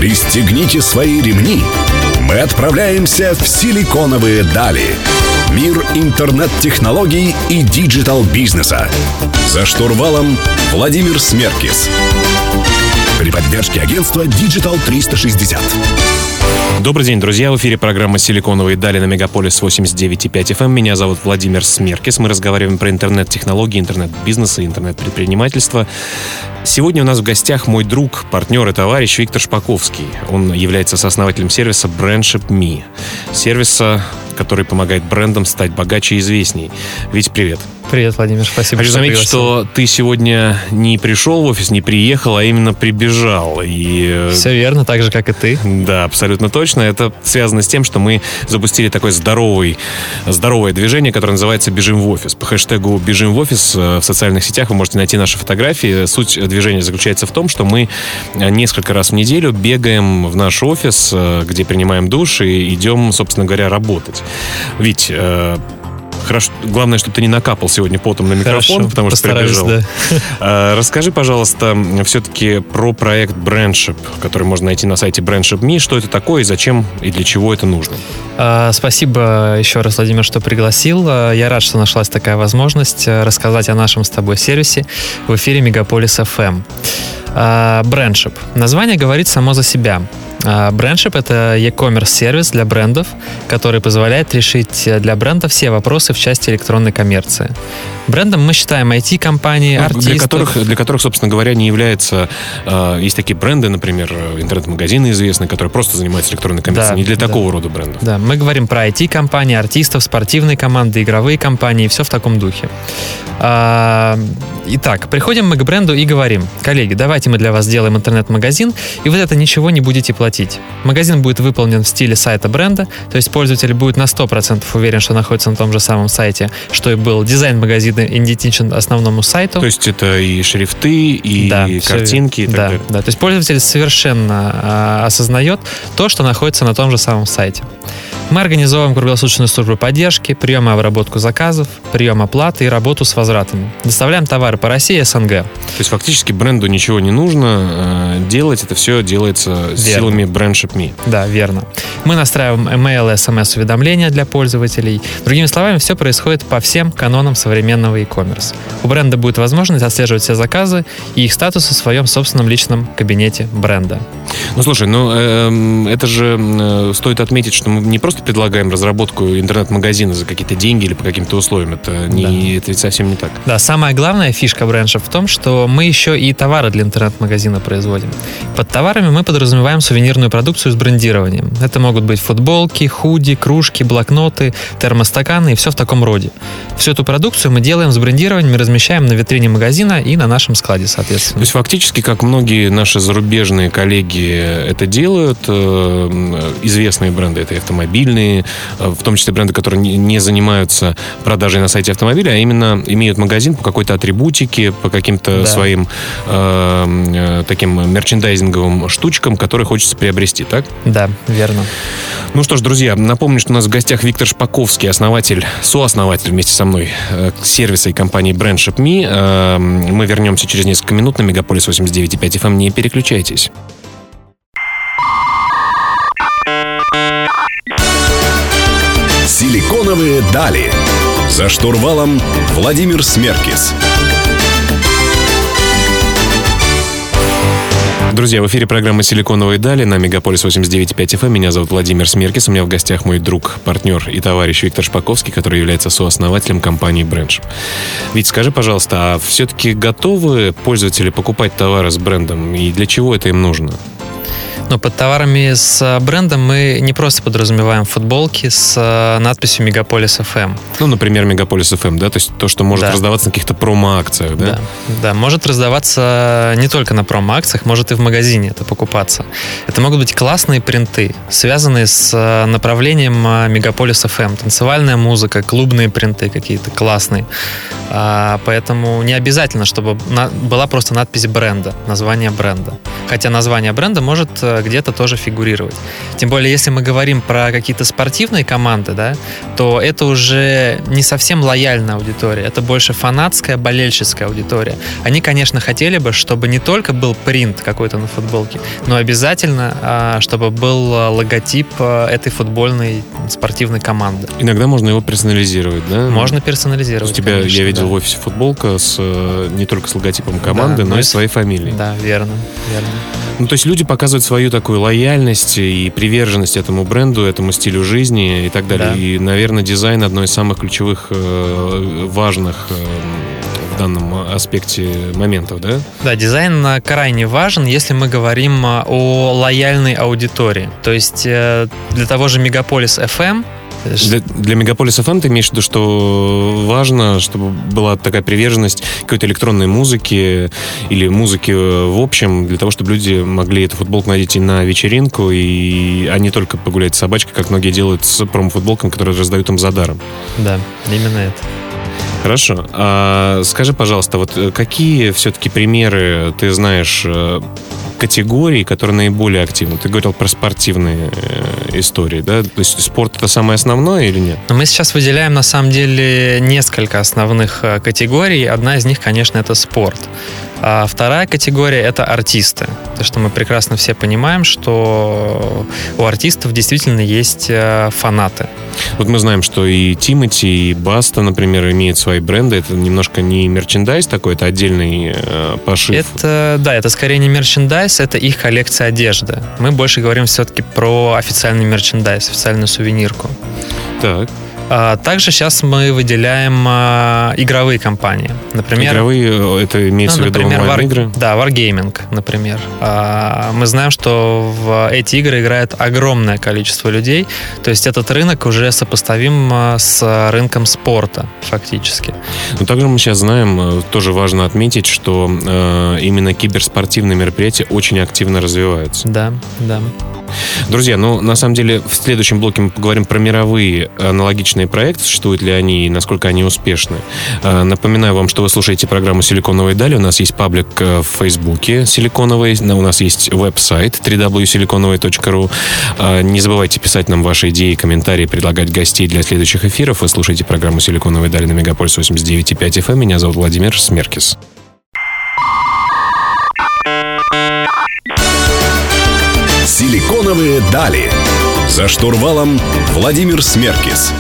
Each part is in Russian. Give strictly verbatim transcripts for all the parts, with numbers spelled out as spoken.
Пристегните свои ремни. Мы отправляемся в силиконовые дали. Мир интернет-технологий и диджитал-бизнеса. За штурвалом Владимир Смеркис. При поддержке агентства Digital триста шестьдесят. Добрый день, друзья. В эфире программа «Силиконовые дали» на Мегаполис восемьдесят девять и пять эф эм. Меня зовут Владимир Смеркис. Мы разговариваем про интернет-технологии, интернет-бизнес и интернет-предпринимательство. Сегодня у нас в гостях мой друг, партнер и товарищ Виктор Шпаковский. Он является сооснователем сервиса Brandship точка ми. Сервиса, который помогает брендам стать богаче и известней. Вить, привет. Привет, Владимир, спасибо. Хочу что заметить, пригласил. что ты сегодня не пришел в офис, не приехал, а именно прибежал. И... Все верно, так же, как и ты. Да, абсолютно точно. Это связано с тем, что мы запустили такое здоровый, здоровое движение, которое называется «Бежим в офис». По хэштегу «Бежим в офис» в социальных сетях вы можете найти наши фотографии. Суть движения заключается в том, что мы несколько раз в неделю бегаем в наш офис, где принимаем душ и идем, собственно говоря, работать. Ведь... Хорошо. Главное, чтобы ты не накапал сегодня потом на микрофон, Хорошо, потому что прибежал. Да. Расскажи, пожалуйста, все-таки про проект Brandship, который можно найти на сайте Brandship точка ми. Что это такое и зачем и для чего это нужно? Спасибо еще раз, Владимир, что пригласил. Я рад, что нашлась такая возможность рассказать о нашем с тобой сервисе в эфире Мегаполис эф эм. Brandship. Название говорит само за себя. Brandship — это e-commerce сервис для брендов, который позволяет решить для бренда все вопросы в части электронной коммерции. Брендом мы считаем ай ти-компании, ну, артистов. Для которых, для которых, собственно говоря, не является... Э, есть такие бренды, например, интернет-магазины известные, которые просто занимаются электронной коммерцией. Да, не для да. такого рода брендов. Да, мы говорим про ай ти-компании, артистов, спортивные команды, игровые компании, все в таком духе. А, итак, приходим мы к бренду и говорим: коллеги, давайте мы для вас сделаем интернет-магазин, и вы за это ничего не будете платить. Магазин будет выполнен в стиле сайта бренда, то есть пользователь будет на сто процентов уверен, что находится на том же самом сайте, что и был. Дизайн магазина идентичен основному сайту. То есть это и шрифты, и да, картинки, и так да, далее. Да, то есть пользователь совершенно а, осознает то, что находится на том же самом сайте. Мы организовываем круглосуточную службу поддержки, прием и обработку заказов, прием оплаты и работу с возвратами. Доставляем товары по России и эс эн гэ. То есть фактически бренду ничего не нужно делать, это все делается верно. Силами Brandship точка ми. Да, верно. Мы настраиваем email и эс эм эс-уведомления для пользователей. Другими словами, все происходит по всем канонам современного e-commerce. У бренда будет возможность отслеживать все заказы и их статус в своем собственном личном кабинете бренда. Ну, слушай, ну э, это же э, стоит отметить, что мы не просто предлагаем разработку интернет-магазина за какие-то деньги или по каким-то условиям. Это, не, да. это ведь совсем не так. Да, самая главная фишка Brandship в том, что мы еще и товары для интернет-магазина производим. Под товарами мы подразумеваем сувенирную продукцию с брендированием. Это могут быть футболки, худи, кружки, блокноты, термостаканы и все в таком роде. Всю эту продукцию мы делаем с брендированием и размещаем на витрине магазина и на нашем складе, соответственно. То есть фактически, как многие наши зарубежные коллеги это делают, известные бренды, это автомобильные, в том числе бренды, которые не занимаются продажей на сайте автомобиля, а именно имеют магазин по какой-то атрибутике, по каким-то да. своим э, таким мерчендайзинговым штучкам, которые хочется приобрести, так? Да, верно. Ну что ж, друзья, напомню, что у нас в гостях Виктор Шпаковский, основатель, сооснователь вместе со мной э, сервиса и компании Brandship точка ми. Э, мы вернемся через несколько минут на Мегаполис восемьдесят девять и пять эф эм. Не переключайтесь. Силиконовые дали. За штурвалом Владимир Смеркис. Друзья, в эфире программа «Силиконовые дали» на Мегаполис восемьдесят девять и пять эф эм. Меня зовут Владимир Смеркис. У меня в гостях мой друг, партнер и товарищ Виктор Шпаковский, который является сооснователем компании Brandship. Вить, скажи, пожалуйста, а все-таки готовы пользователи покупать товары с брендом? И для чего это им нужно? Но под товарами с брендом мы не просто подразумеваем футболки с надписью «Мегаполис эф эм». Ну, например, «Мегаполис эф эм», да? То есть то, что может да. раздаваться на каких-то промо-акциях, да? да? Да, может раздаваться не только на промо-акциях, может и в магазине это покупаться. Это могут быть классные принты, связанные с направлением «Мегаполис эф эм». Танцевальная музыка, клубные принты какие-то классные. Поэтому не обязательно, чтобы была просто надпись бренда, название бренда. Хотя название бренда может где-то тоже фигурировать. Тем более, если мы говорим про какие-то спортивные команды, да, то это уже не совсем лояльная аудитория, это больше фанатская, болельческая аудитория. Они, конечно, хотели бы, чтобы не только был принт какой-то на футболке, но обязательно, чтобы был логотип этой футбольной спортивной команды. Иногда можно его персонализировать, да? Можно персонализировать. У тебя, конечно, я видел да. в офисе футболка с не только с логотипом команды, да, но и своей фамилией. Да, верно, верно. Ну, то есть люди показывают свою такую лояльность и приверженность этому бренду, этому стилю жизни и так далее. Да. И, наверное, дизайн одно из самых ключевых, важных в данном аспекте моментов, да? Да, дизайн крайне важен, если мы говорим о лояльной аудитории. То есть для того же Мегаполис эф эм. Для, для Мегаполис эф эм ты имеешь в виду, что важно, чтобы была такая приверженность какой-то электронной музыки или музыки в общем, для того, чтобы люди могли эту футболку надеть и на вечеринку, и, а не только погулять с собачкой, как многие делают с промо-футболками, которые раздают им за даром. Да, именно это. Хорошо. А скажи, пожалуйста, вот какие все-таки примеры ты знаешь категорий, которые наиболее активны? Ты говорил про спортивные истории, да? То есть спорт — это самое основное или нет? Но мы сейчас выделяем, на самом деле, несколько основных категорий. Одна из них, конечно, это спорт. А вторая категория — это артисты. То, что мы прекрасно все понимаем, что у артистов действительно есть фанаты. Вот мы знаем, что и Тимати, и Баста, например, имеют свои бренды. Это немножко не мерчендайз такой, это отдельный э, пошив. Это, да, это скорее не мерчендайз, это их коллекция одежды. Мы больше говорим все-таки про официальный мерчендайз, официальную сувенирку. Так. А также сейчас мы выделяем а, игровые компании. Например, игровые, это имеется ну, в виду онлайн-игры? War, да, Wargaming, например. А, мы знаем, что в эти игры играет огромное количество людей. То есть этот рынок уже сопоставим с рынком спорта, фактически. Но также мы сейчас знаем, тоже важно отметить, что э, именно киберспортивные мероприятия очень активно развиваются. Да, да. Друзья, ну, на самом деле, в следующем блоке мы поговорим про мировые аналогичные проекты, существуют ли они и насколько они успешны. Напоминаю вам, что вы слушаете программу «Силиконовые дали». У нас есть паблик в Фейсбуке «Силиконовый», у нас есть веб-сайт дабл ю дабл ю дабл ю точка силиконовый точка ру. Не забывайте писать нам ваши идеи, комментарии, предлагать гостей для следующих эфиров. Вы слушаете программу «Силиконовые дали» на Мегаполис восемьдесят девять и пять эф эм. Меня зовут Владимир Смеркис. «Силиконовые дали». За штурвалом Владимир Смеркис.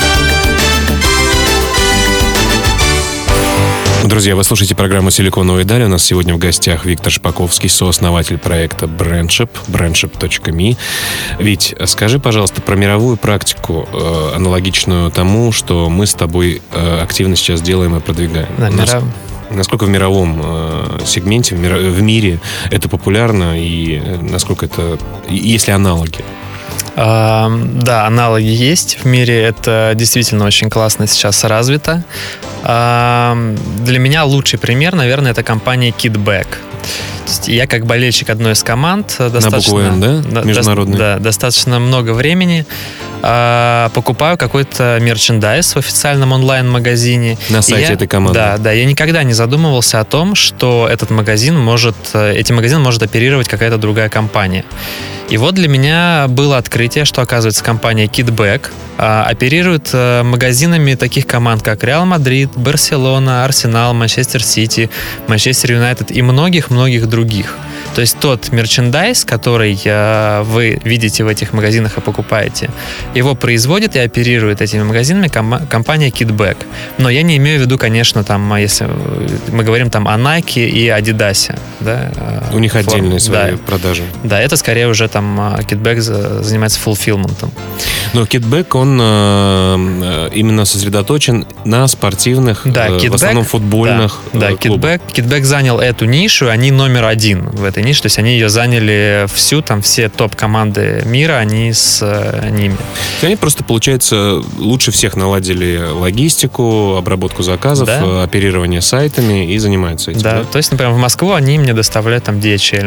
Друзья, вы слушаете программу «Силиконовые дали». У нас сегодня в гостях Виктор Шпаковский, сооснователь проекта Brandship, brandship точка ми. Вить, скажи, пожалуйста, про мировую практику, э, аналогичную тому, что мы с тобой э, активно сейчас делаем и продвигаем. Да, миров... Насколько в мировом э, сегменте, в, мир, в мире это популярно и насколько это... Есть ли аналоги? А, да, аналоги есть в мире. Это действительно очень классно сейчас развито. А, для меня лучший пример, наверное, это компания Kidback. То есть я как болельщик одной из команд достаточно, на букву Н, да? Международный. Да, достаточно много времени э, покупаю какой-то мерчендайз в официальном онлайн-магазине. На сайте я, этой команды. Да, да. Я никогда не задумывался о том, что этот магазин может, этим магазином может оперировать какая-то другая компания. И вот для меня было открытие, что, оказывается, компания Kidback а, оперирует а, магазинами таких команд, как Реал Мадрид, Барселона, Арсенал, Манчестер Сити, Манчестер Юнайтед и многих-многих других. То есть тот мерчендайз, который а, вы видите в этих магазинах и покупаете, его производит и оперирует этими магазинами ком- компания Kidback. Но я не имею в виду, конечно, там, если мы говорим там о Nike и Adidas. Да, у них форм. Отдельные свои да. продажи. Да, это скорее уже там Kidback занимается фулфилментом. Но Kidback, он э, именно сосредоточен на спортивных, да, э, Kidback, в основном футбольных да, э, да, клубах. Kidback, Kidback занял эту нишу, они номер один в этой нише, то есть они ее заняли всю, там все топ-команды мира, они с э, ними. Они просто, получается, лучше всех наладили логистику, обработку заказов, да. оперирование сайтами и занимаются этим. Да, да, то есть, например, в Москву они мне доставляют там ди эйч эл.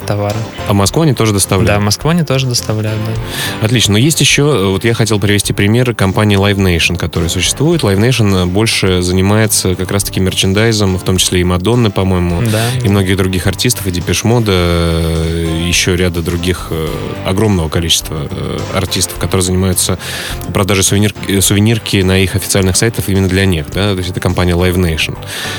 товары. А в Москву они тоже доставляют? Да, в Москву они тоже доставляют, да. Отлично. Но есть еще, вот я хотел привести пример компании Live Nation, которая существует. Live Nation больше занимается как раз-таки мерчендайзом, в том числе и Мадонны, по-моему, да. и многих других артистов, и Депеш Мода, еще ряда других, огромного количества артистов, которые занимаются продажей сувенир, сувенирки на их официальных сайтах именно для них. Да? То есть это компания Live Nation.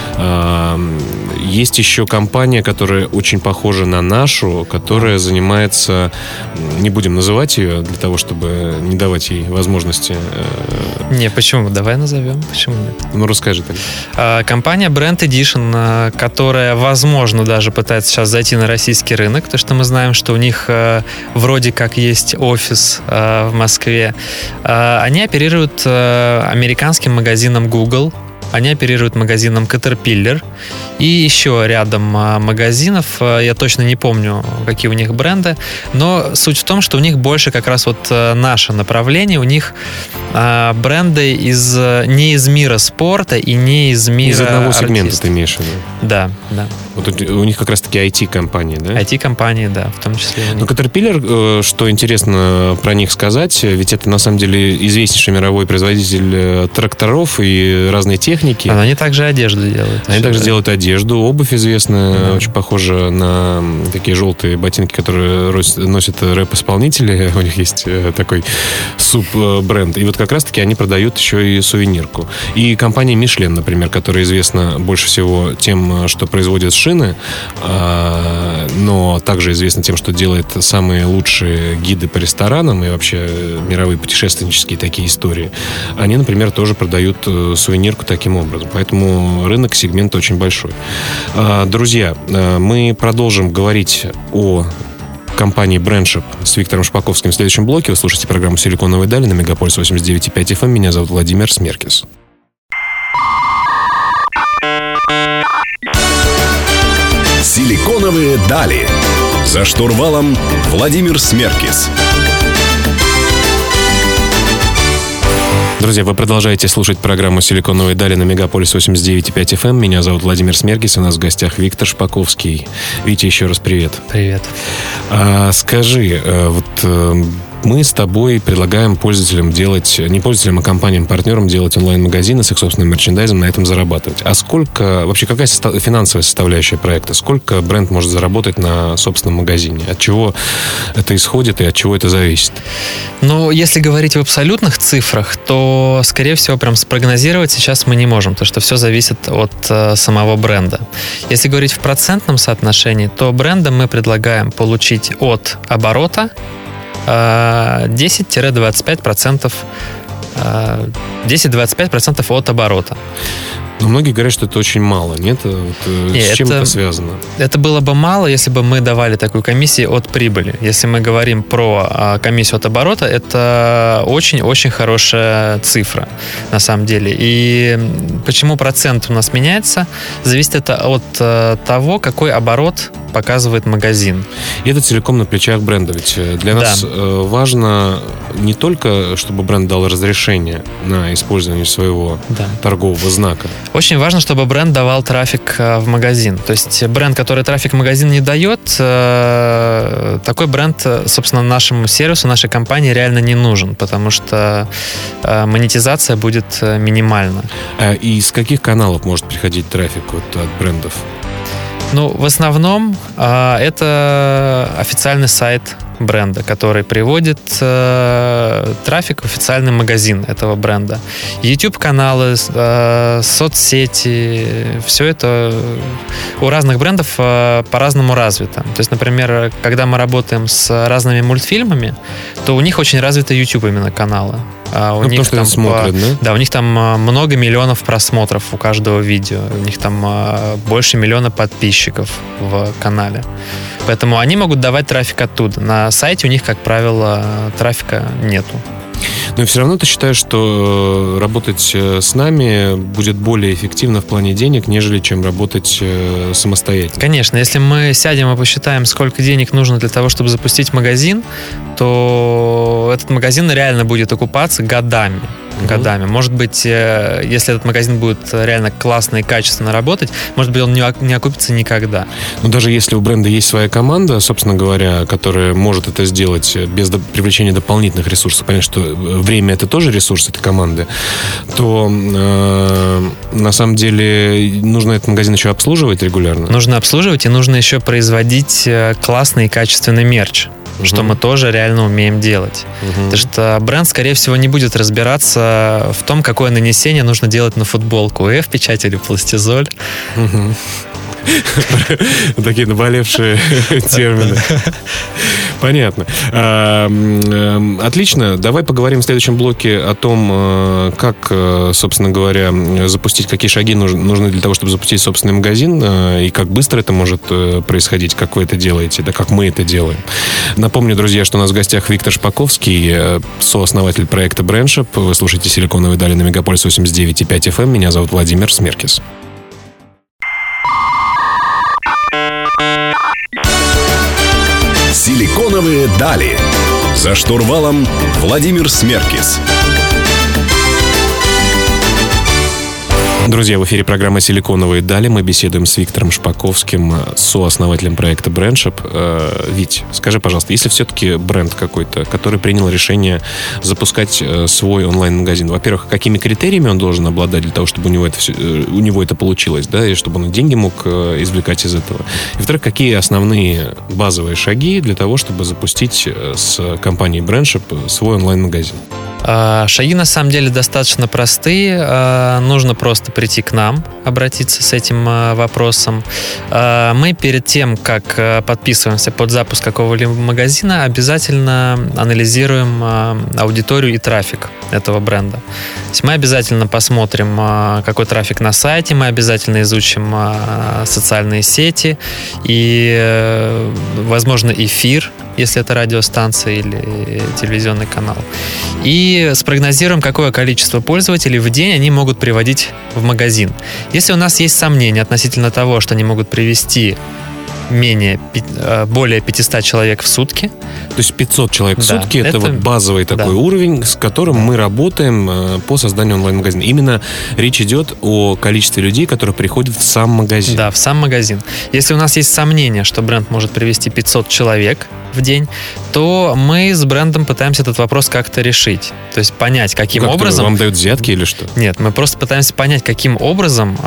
Есть еще компания, которая очень похожа на нашу, которая занимается, не будем называть ее для того, чтобы не давать ей возможности. Не, почему? Давай назовем. Почему нет? Ну, расскажи тогда. Компания Brand Edition, которая, возможно, даже пытается сейчас зайти на российский рынок, потому что мы знаем, что у них вроде как есть офис в Москве. Они оперируют американским магазином Google. Они оперируют магазином Caterpillar и еще рядом магазинов. Я точно не помню, какие у них бренды, но суть в том, что у них больше как раз вот наше направление. У них бренды из, не из мира спорта и не из мира Из одного артистов. сегмента ты имеешь в виду? Да, да. Вот у них как раз-таки ай ти-компании, да? ай ти-компании, да, в том числе. Ну, Caterpillar, что интересно про них сказать, ведь это на самом деле известнейший мировой производитель тракторов и разной техники. А, они также одежду делают. Они еще, также да. делают одежду, обувь известная, Да. очень похожа на такие желтые ботинки, которые носят рэп-исполнители. У них есть такой суб-бренд. И вот как раз-таки они продают еще и сувенирку. И компания Michelin, например, которая известна больше всего тем, что производит шины, но также известна тем, что делает самые лучшие гиды по ресторанам и вообще мировые путешественнические такие истории. Они, например, тоже продают сувенирку таким образом. Поэтому рынок сегмента очень большой. Друзья, мы продолжим говорить о компании Brandship с Виктором Шпаковским в следующем блоке. Вы слушаете программу «Силиконовые дали» на Мегаполис восемьдесят девять и пять эф эм. Меня зовут Владимир Смеркис. «Силиконовые дали». За штурвалом Владимир Смеркис. Друзья, вы продолжаете слушать программу «Силиконовые дали» на Мегаполис восемьдесят девять и пять эф эм. Меня зовут Владимир Смеркис. У нас в гостях Виктор Шпаковский. Витя, еще раз привет. Привет. А, скажи, вот мы с тобой предлагаем пользователям делать, не пользователям, а компаниям-партнерам делать онлайн-магазины с их собственным мерчендайзом, на этом зарабатывать. А сколько, вообще какая состав, финансовая составляющая проекта? Сколько бренд может заработать на собственном магазине? От чего это исходит и от чего это зависит? Ну, если говорить в абсолютных цифрах, то, скорее всего, прям спрогнозировать сейчас мы не можем, потому что все зависит от э, самого бренда. Если говорить в процентном соотношении, то брендам мы предлагаем получить от оборота десять-двадцать пять процентов, десять-двадцать пять процентов от оборота. Но многие говорят, что это очень мало, нет? Вот, нет, с чем это, это связано? Это было бы мало, если бы мы давали такую комиссию от прибыли. Если мы говорим про а, комиссию от оборота, это очень-очень хорошая цифра, на самом деле. И почему процент у нас меняется? Зависит это от а, того, какой оборот показывает магазин. И это целиком на плечах бренда. Ведь для нас да. важно не только, чтобы бренд дал разрешение на использование своего да. торгового знака. Очень важно, чтобы бренд давал трафик в магазин. То есть бренд, который трафик в магазин не дает, такой бренд, собственно, нашему сервису, нашей компании реально не нужен, потому что монетизация будет минимальна. А из каких каналов может приходить трафик вот от брендов? Ну, в основном э, это официальный сайт бренда, который приводит э, трафик в официальный магазин этого бренда. YouTube-каналы, э, соцсети, все это у разных брендов э, по-разному развито. То есть, например, когда мы работаем с разными мультфильмами, то у них очень развиты YouTube именно каналы. А у ну, них потому там, что смотрят, да? Да, у них там много миллионов просмотров у каждого видео. У них там больше миллиона подписчиков в канале. Поэтому они могут давать трафик оттуда. На сайте у них, как правило, трафика нету. Но все равно ты считаешь, что работать с нами будет более эффективно в плане денег, нежели чем работать самостоятельно? Конечно. Если мы сядем и посчитаем, сколько денег нужно для того, чтобы запустить магазин, то этот магазин реально будет окупаться годами. угу. годами. Может быть, если этот магазин будет реально классно и качественно работать, может быть, он не, не окупится никогда. Но даже если у бренда есть своя команда, собственно говоря, которая может это сделать без до, привлечения дополнительных ресурсов, понятно, что время — это тоже ресурс этой команды, то э, на самом деле нужно этот магазин еще обслуживать регулярно. Нужно обслуживать, и нужно еще производить классный и качественный мерч. Uh-huh. Что мы тоже реально умеем делать. Uh-huh. Потому что бренд, скорее всего, не будет разбираться в том, какое нанесение нужно делать на футболку. Эф-печать или пластизоль. Uh-huh. Такие наболевшие термины. Понятно. Отлично. Давай поговорим в следующем блоке о том, как, собственно говоря, запустить, какие шаги нужны для того, чтобы запустить собственный магазин, и как быстро это может происходить, как вы это делаете, да как мы это делаем. Напомню, друзья, что у нас в гостях Виктор Шпаковский, сооснователь проекта BrandShop. Вы слушаете «Силиконовые дали» на Мегаполис восемьдесят девять и пять эф эм. Меня зовут Владимир Смеркис. «Силиконовые дали». За штурвалом Владимир Смеркис. Друзья, в эфире программа «Силиконовые дали». Мы беседуем с Виктором Шпаковским, сооснователем проекта BrandShop. Вить, скажи, пожалуйста, если все-таки бренд какой-то, который принял решение запускать свой онлайн-магазин, во-первых, какими критериями он должен обладать для того, чтобы у него это, все, у него это получилось, да, и чтобы он деньги мог извлекать из этого? И, во-вторых, какие основные базовые шаги для того, чтобы запустить с компанией BrandShop свой онлайн-магазин? Шаги на самом деле достаточно простые. Нужно просто прийти к нам, обратиться с этим вопросом. Мы перед тем, как подписываемся под запуск какого-либо магазина, обязательно анализируем аудиторию и трафик этого бренда. То есть мы обязательно посмотрим, какой трафик на сайте, мы обязательно изучим социальные сети и, возможно, эфир, если это радиостанция или телевизионный канал. И спрогнозируем, какое количество пользователей в день они могут приводить в магазин. Если у нас есть сомнения относительно того, что они могут привести менее, более пятьсот человек в сутки. То есть пятьсот человек в да, сутки — это, это вот базовый такой да. уровень, с которым мы работаем по созданию онлайн-магазина. Именно речь идет о количестве людей, которые приходят в сам магазин. Да, в сам магазин. Если у нас есть сомнение, что бренд может привести пятьсот человек в день, то мы с брендом пытаемся этот вопрос как-то решить. То есть понять, каким как образом... Вам дают взятки или что? Нет, мы просто пытаемся понять, каким образом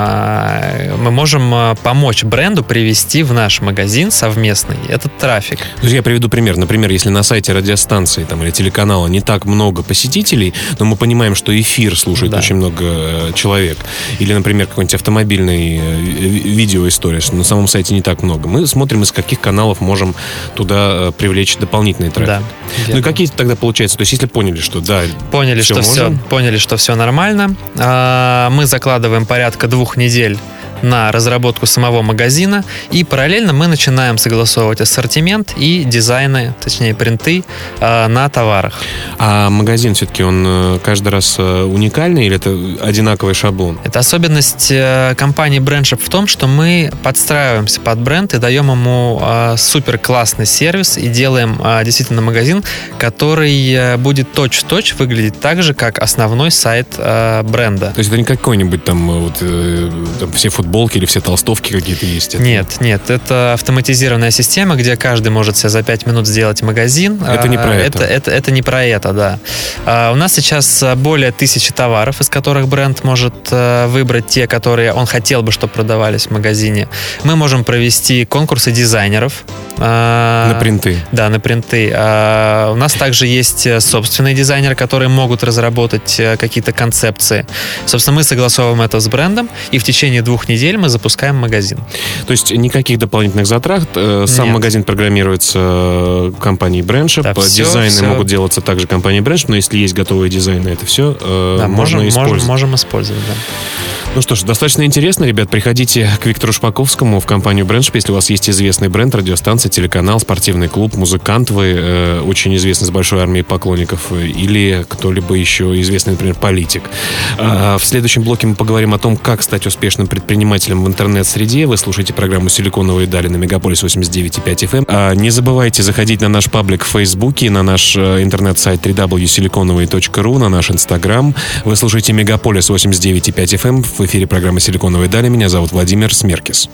а, мы можем помочь бренду привести в наш магазин совместный этот трафик. Я приведу пример. Например, если на сайте радиостанции там, или телеканала не так много посетителей, но мы понимаем, что эфир слушает да. очень много человек, или, например, какой-нибудь автомобильный видеоистория, что на самом сайте не так много, мы смотрим, из каких каналов можем туда привлечь дополнительный трафик. Да, ну и какие тогда получается? То есть если поняли, что да, поняли, все что можем. все, поняли, что все нормально, мы закладываем порядка двух недель на разработку самого магазина, и параллельно мы начинаем согласовывать ассортимент и дизайны, точнее принты э, на товарах. А магазин все-таки он каждый раз уникальный или это одинаковый шаблон? Это особенность э, компании BrandShop в том, что мы подстраиваемся под бренд и даем ему э, супер классный сервис и делаем э, действительно магазин, который э, будет точь-в-точь выглядеть так же, как основной сайт э, бренда. То есть это не какой-нибудь там, вот, э, там все футболки футболки или все толстовки какие-то есть? Это... Нет, нет, это автоматизированная система, где каждый может себе за пять минут сделать магазин. Это не про это. Это, это, это не про это, да. А, у нас сейчас более тысячи товаров, из которых бренд может а, выбрать те, которые он хотел бы, чтобы продавались в магазине. Мы можем провести конкурсы дизайнеров. А, на принты. Да, на принты. А, у нас также есть собственные дизайнеры, которые могут разработать какие-то концепции. Собственно, мы согласовываем это с брендом, и в течение двух недель недель мы запускаем магазин. То есть никаких дополнительных затрат. Сам Нет. магазин программируется компанией BrandShop. Да, все, дизайны все. могут делаться также компанией BrandShop, но если есть готовые дизайны, это все да, можно можем, использовать. Можем, можем использовать, да. Ну что ж, достаточно интересно, ребят. Приходите к Виктору Шпаковскому в компанию BrandShop, если у вас есть известный бренд, радиостанция, организация, телеканал, спортивный клуб, музыкант вы, э, очень известный с большой армией поклонников, или кто-либо еще известный, например, политик. А в следующем блоке мы поговорим о том, как стать успешным предпринимателем в интернет-среде. Вы слушаете программу «Силиконовые дали» на Мегаполис восемьдесят девять и пять эф эм. А не забывайте заходить на наш паблик в Фейсбуке, на наш интернет-сайт дабл ю дабл ю дабл ю точка силиконовые точка ру, на наш Инстаграм. Вы слушаете Мегаполис восемьдесят девять и пять эф эм. В эфире программы «Силиконовые дали». Меня зовут Владимир Смеркис.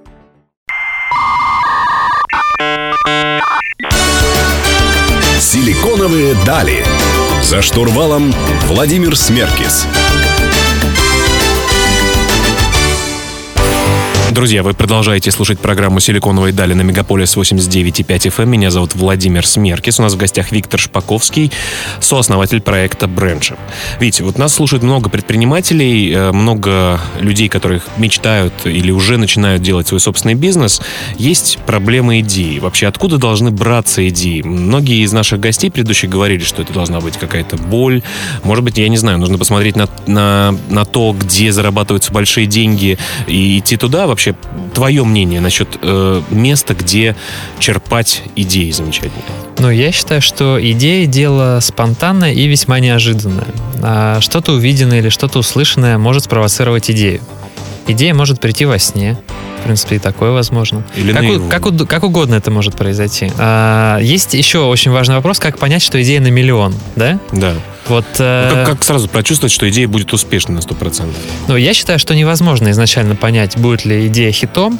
«Силиконовые дали». За штурвалом Владимир Смеркис. Друзья, вы продолжаете слушать программу «Силиконовые дали» на Мегаполис восемьдесят девять и пять эф эм. Меня зовут Владимир Смеркис. У нас в гостях Виктор Шпаковский, сооснователь проекта Brandship. Видите, вот нас слушает много предпринимателей, много людей, которые мечтают или уже начинают делать свой собственный бизнес. Есть проблемы идеи. Вообще, откуда должны браться идеи? Многие из наших гостей предыдущих говорили, что это должна быть какая-то боль. Может быть, я не знаю, нужно посмотреть на, на, на то, где зарабатываются большие деньги, и идти туда. Вообще, твое мнение насчет э, места, где черпать идеи замечательные? Ну, я считаю, что идея — дело спонтанное и весьма неожиданное. А что-то увиденное или что-то услышанное может спровоцировать идею. Идея может прийти во сне. В принципе, и такое возможно. Или как, у, как, как угодно это может произойти. А, есть еще очень важный вопрос, как понять, что идея на миллион, да? Да. Вот, э... как, как сразу прочувствовать, что идея будет успешной на сто процентов? Ну, я считаю, что невозможно изначально понять, будет ли идея хитом.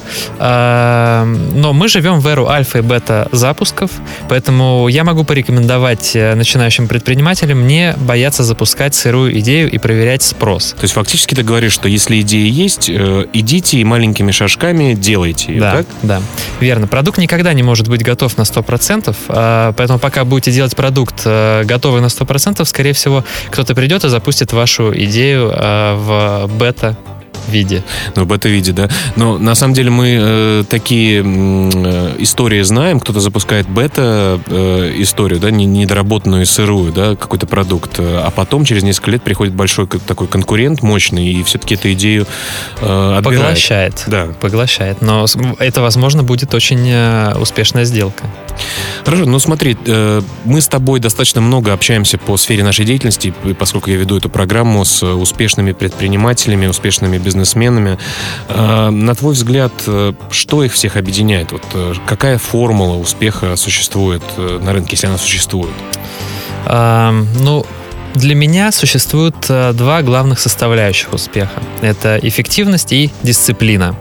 Э, но мы живем в эру альфа и бета запусков, поэтому я могу порекомендовать начинающим предпринимателям не бояться запускать сырую идею и проверять спрос. То есть фактически ты говоришь, что если идея есть, э, идите и маленькими шажками делайте ее, да, так? Да, верно. Продукт никогда не может быть готов на сто процентов, э, поэтому пока будете делать продукт э, готовый на сто процентов, скорее всего, кто-то придет и запустит вашу идею э, в бета-виде. Ну, в бета-виде, да. Но на самом деле мы э, такие э, истории знаем. Кто-то запускает бета-историю, э, да, недоработанную и сырую, да, какой-то продукт. А потом через несколько лет приходит большой такой конкурент мощный и все-таки эту идею э, отбирает. Поглощает. Да. Поглощает. Но это, возможно, будет очень э, успешная сделка. Хорошо, ну смотри, э, мы с тобой достаточно много общаемся по сфере нашей деятельности, поскольку я веду эту программу с успешными предпринимателями, успешными бизнесменами. Э, на твой взгляд, э, что их всех объединяет? Вот, э, какая формула успеха существует э, на рынке, если она существует? А, ну, для меня существуют э, два главных составляющих успеха. Это эффективность и дисциплина.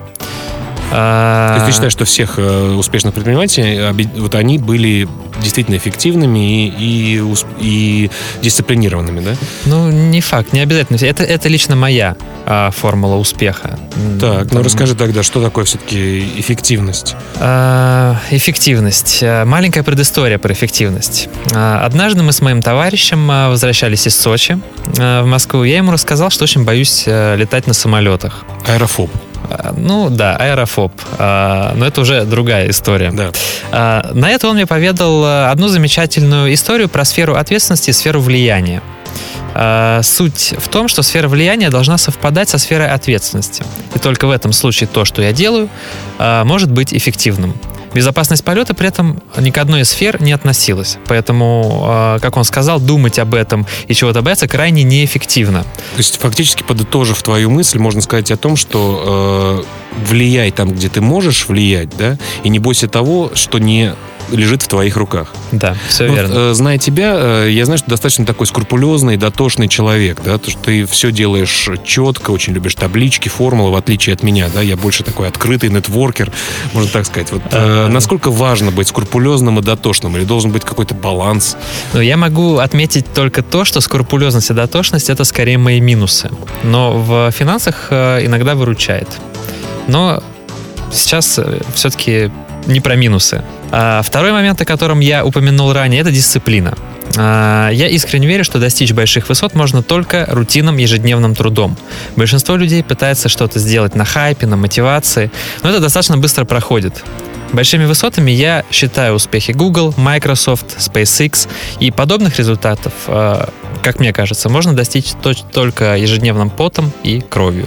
То есть ты считаешь, что всех э, успешных предпринимателей, вот они были действительно эффективными и, и, и дисциплинированными, да? Ну, не факт, не обязательно. Это, это лично моя а, формула успеха. Так, Там... ну расскажи тогда, что такое все-таки эффективность? А, эффективность. Маленькая предыстория про эффективность. А, однажды мы с моим товарищем возвращались из Сочи а, в Москву. Я ему рассказал, что очень боюсь а, летать на самолетах. Аэрофоб. Ну да, аэрофоб. А, но это уже другая история. Да. А, на это он мне поведал одну замечательную историю про сферу ответственности и сферу влияния. А, суть в том, что сфера влияния должна совпадать со сферой ответственности. И только в этом случае то, что я делаю, а, может быть эффективным. Безопасность полета при этом ни к одной из сфер не относилась. Поэтому, как он сказал, думать об этом и чего-то бояться крайне неэффективно. То есть, фактически, подытожив твою мысль, можно сказать о том, что э, влияй там, где ты можешь влиять, да, и не бойся того, что не лежит в твоих руках. Да, все ну, верно. Э, зная тебя, э, я знаю, что ты достаточно такой скрупулезный, дотошный человек, да, то, что ты все делаешь четко, очень любишь таблички, формулы, в отличие от меня, да, я больше такой открытый нетворкер, можно так сказать. Вот э, насколько важно быть скрупулезным и дотошным, или должен быть какой-то баланс? Ну, я могу отметить только то, что скрупулезность и дотошность — это скорее мои минусы, но в финансах э, иногда выручает. Но сейчас э, все-таки не про минусы. А второй момент, о котором я упомянул ранее, это дисциплина. А, я искренне верю, что достичь больших высот можно только рутинным ежедневным трудом. Большинство людей пытается что-то сделать на хайпе, на мотивации, но это достаточно быстро проходит. Большими высотами я считаю успехи Google, Microsoft, SpaceX и подобных результатов, как мне кажется, можно достичь только ежедневным потом и кровью.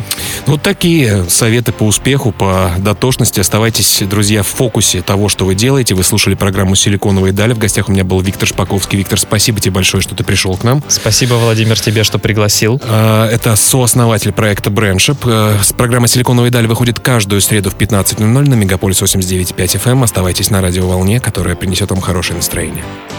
Вот такие советы по успеху, по дотошности. Оставайтесь, друзья, в фокусе того, что вы делаете. Вы слушали программу «Силиконовые дали». В гостях у меня был Виктор Шпаковский. Виктор, спасибо тебе большое, что ты пришел к нам. Спасибо, Владимир, тебе, что пригласил. Это сооснователь проекта BrandShop. Программа «Силиконовые дали» выходит каждую среду в пятнадцать ноль ноль на Мегаполис восемьдесят девять и пять эф эм. Оставайтесь на радиоволне, которая принесет вам хорошее настроение.